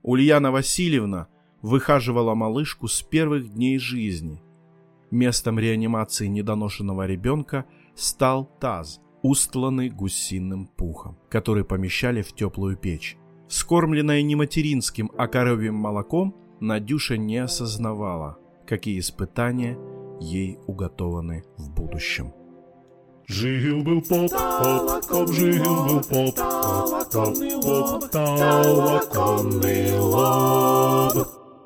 Ульяна Васильевна выхаживала малышку с первых дней жизни. Местом реанимации недоношенного ребенка стал таз, устланный гусиным пухом, который помещали в теплую печь. Скормленная не материнским, а коровьим молоком, Надюша не осознавала, какие испытания ей уготованы в будущем. Жил-был поп, поп, жил-был поп, поп, толоконный лоб.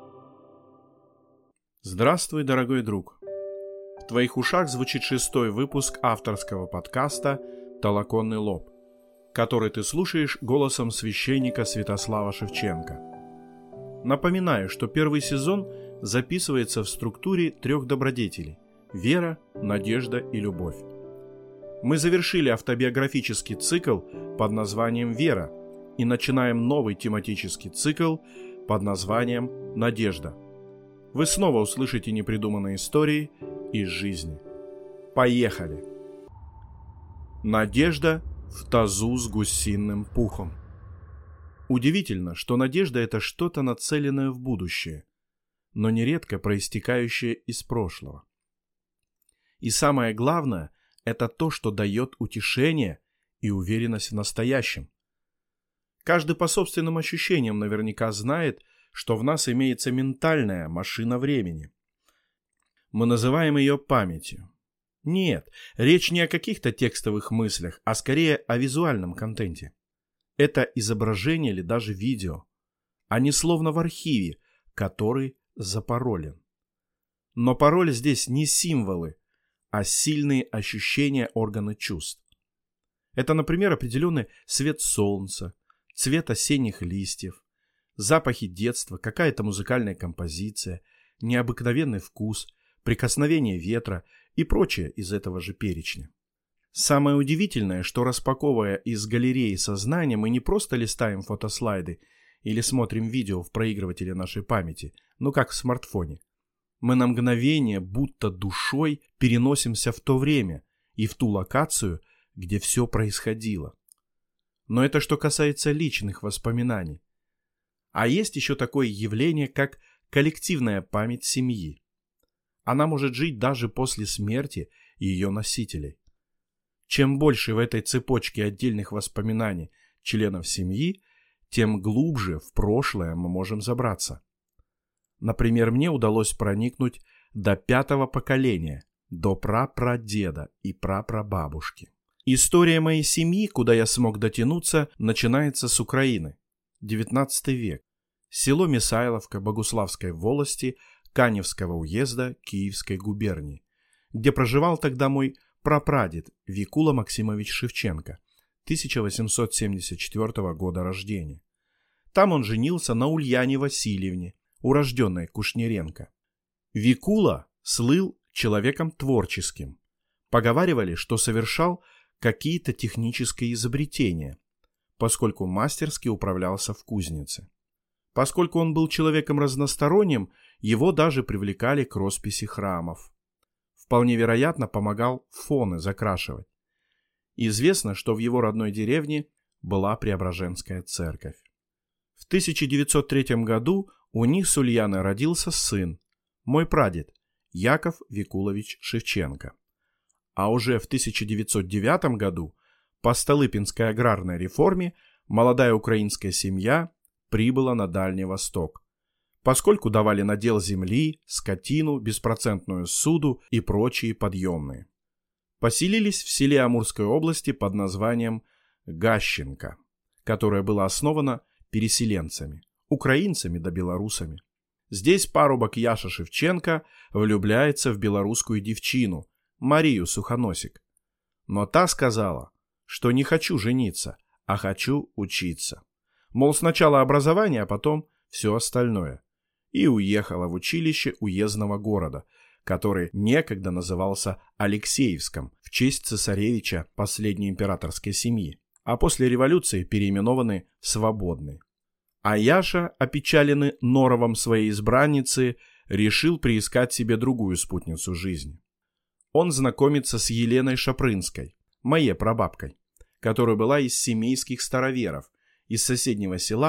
Здравствуй, дорогой друг! В твоих ушах звучит 6-й выпуск авторского подкаста «Толоконный лоб», который ты слушаешь голосом священника Святослава Шевченко. Напоминаю, что первый сезон записывается в структуре 3 добродетелей – вера, надежда и любовь. Мы завершили автобиографический цикл под названием «Вера» и начинаем новый тематический цикл под названием «Надежда». Вы снова услышите непридуманные истории из жизни. Поехали! Надежда в тазу с гусиным пухом. Удивительно, что надежда – это что-то нацеленное в будущее, но нередко проистекающее из прошлого. И самое главное – это то, что дает утешение и уверенность в настоящем. Каждый по собственным ощущениям наверняка знает, что в нас имеется ментальная машина времени. Мы называем ее памятью. Нет, речь не о каких-то текстовых мыслях, а скорее о визуальном контенте. Это изображение или даже видео. Они словно в архиве, который запаролен. Но пароль здесь не символы, а сильные ощущения органа чувств. Это, например, определенный свет солнца, цвет осенних листьев, запахи детства, какая-то музыкальная композиция, необыкновенный вкус, прикосновение ветра и прочее из этого же перечня. Самое удивительное, что распаковывая из галереи сознания, мы не просто листаем фотослайды или смотрим видео в проигрывателе нашей памяти, ну как в смартфоне. Мы на мгновение, будто душой, переносимся в то время и в ту локацию, где все происходило. Но это что касается личных воспоминаний. А есть еще такое явление, как коллективная память семьи. Она может жить даже после смерти ее носителей. Чем больше в этой цепочке отдельных воспоминаний членов семьи, тем глубже в прошлое мы можем забраться. Например, мне удалось проникнуть до 5-го поколения, до прапрадеда и прапрабабушки. История моей семьи, куда я смог дотянуться, начинается с Украины. 19 век. Село Мисайловка Богуславской волости Каневского уезда Киевской губернии, где проживал тогда мой прапрадед Викула Максимович Шевченко, 1874 года рождения. Там он женился на Ульяне Васильевне, урожденной Кушниренко. Викула слыл человеком творческим. Поговаривали, что совершал какие-то технические изобретения, поскольку мастерски управлялся в кузнице. Поскольку он был человеком разносторонним, его даже привлекали к росписи храмов. Вполне вероятно, помогал фоны закрашивать. Известно, что в его родной деревне была Преображенская церковь. В 1903 году у них с Ульяной родился сын, мой прадед, Яков Викулович Шевченко. А уже в 1909 году по Столыпинской аграрной реформе молодая украинская семья прибыла на Дальний Восток, поскольку давали надел земли, скотину, беспроцентную ссуду и прочие подъемные. Поселились в селе Амурской области под названием Гащенко, которое было основано переселенцами, украинцами да белорусами. Здесь парубок Яша Шевченко влюбляется в белорусскую девчину Марию Сухоносик. Но та сказала, что не хочу жениться, а хочу учиться. Мол, сначала образование, а потом все остальное. И уехала в училище уездного города, который некогда назывался Алексеевском в честь цесаревича последней императорской семьи, а после революции переименованы в Свободный. А Яша, опечаленный норовом своей избранницы, решил приискать себе другую спутницу жизни. Он знакомится с Еленой Шапрынской, моей прабабкой, которая была из семейских староверов, из соседнего села,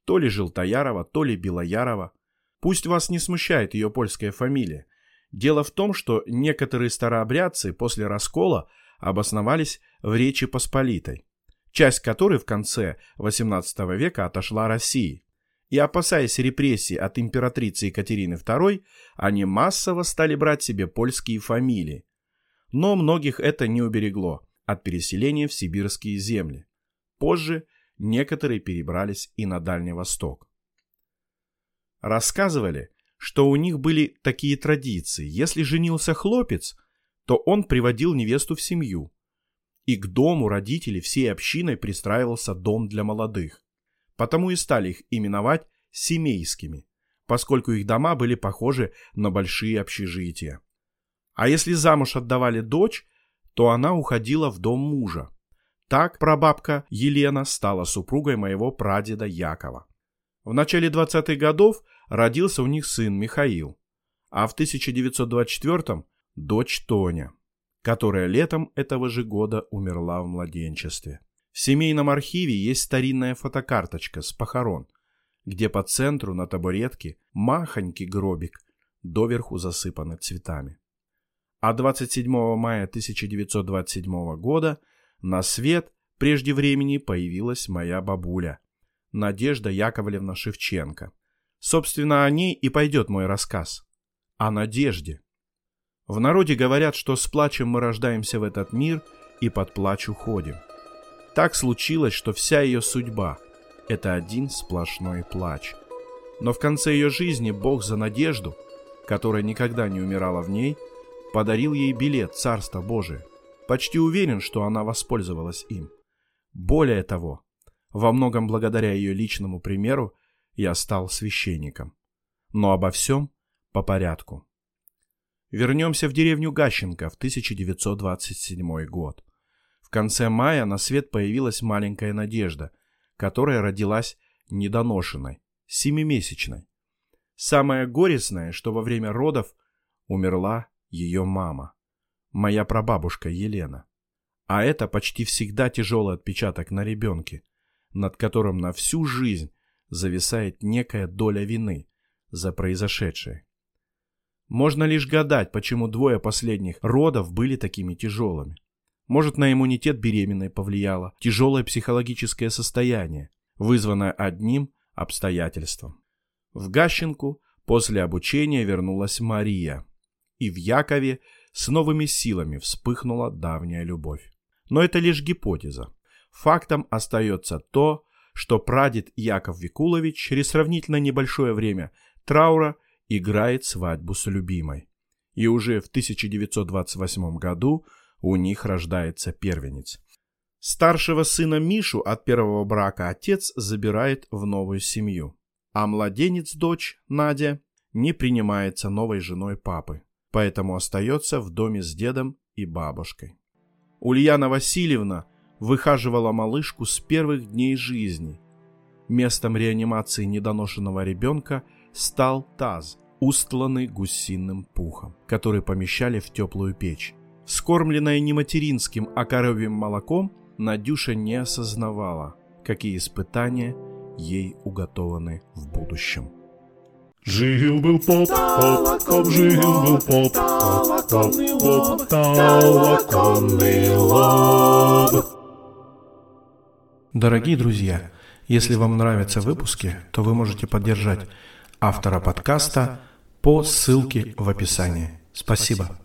То ли Желтоярова, то ли Белоярова. Пусть вас не смущает ее польская фамилия. Дело в том, что некоторые старообрядцы после раскола обосновались в Речи Посполитой, часть которой в конце XVIII века отошла России. И, опасаясь репрессий от императрицы Екатерины II, они массово стали брать себе польские фамилии. Но многих это не уберегло от переселения в сибирские земли. Позже некоторые перебрались и на Дальний Восток. Рассказывали, что у них были такие традиции. Если женился хлопец, то он приводил невесту в семью. И к дому родителей всей общиной пристраивался дом для молодых. Потому и стали их именовать семейскими, поскольку их дома были похожи на большие общежития. А если замуж отдавали дочь, то она уходила в дом мужа. Так прабабка Елена стала супругой моего прадеда Якова. В начале 20-х годов родился у них сын Михаил, а в 1924-м дочь Тоня, которая летом этого же года умерла в младенчестве. В семейном архиве есть старинная фотокарточка с похорон, где по центру на табуретке махонький гробик, доверху засыпанный цветами. А 27 мая 1927 года на свет прежде времени появилась моя бабуля, Надежда Яковлевна Шевченко. Собственно, о ней и пойдет мой рассказ. О Надежде. В народе говорят, что с плачем мы рождаемся в этот мир и под плач уходим. Так случилось, что вся ее судьба – это один сплошной плач. Но в конце ее жизни Бог за Надежду, которая никогда не умирала в ней, подарил ей билет в Царство Божие. Почти уверен, что она воспользовалась им. Более того, во многом благодаря ее личному примеру я стал священником. Но обо всем по порядку. Вернемся в деревню Гащенко в 1927 год. В конце мая на свет появилась маленькая Надежда, которая родилась недоношенной, 7-месячной. Самое горестное, что во время родов умерла ее мама, моя прабабушка Елена. А это почти всегда тяжелый отпечаток на ребенке, над которым на всю жизнь зависает некая доля вины за произошедшее. Можно лишь гадать, почему 2 последних родов были такими тяжелыми. Может, на иммунитет беременной повлияло тяжелое психологическое состояние, вызванное одним обстоятельством. В Гащенку после обучения вернулась Мария, и в Якове с новыми силами вспыхнула давняя любовь. Но это лишь гипотеза. Фактом остается то, что прадед Яков Викулович через сравнительно небольшое время траура играет свадьбу с любимой. И уже в 1928 году у них рождается первенец. Старшего сына Мишу от первого брака отец забирает в новую семью, а младенец, дочь Надя, не принимается новой женой папы, поэтому остается в доме с дедом и бабушкой. Ульяна Васильевна выхаживала малышку с первых дней жизни. Местом реанимации недоношенного ребенка стал таз, устланный гусиным пухом, который помещали в теплую печь. Вскормленная не материнским, а коровьим молоком, Надюша не осознавала, какие испытания ей уготованы в будущем. Жил-был поп, поп, жил-был поп, поп, толоконный лоб. Дорогие друзья, если вам нравятся выпуски, то вы можете поддержать автора подкаста по ссылке в описании. Спасибо.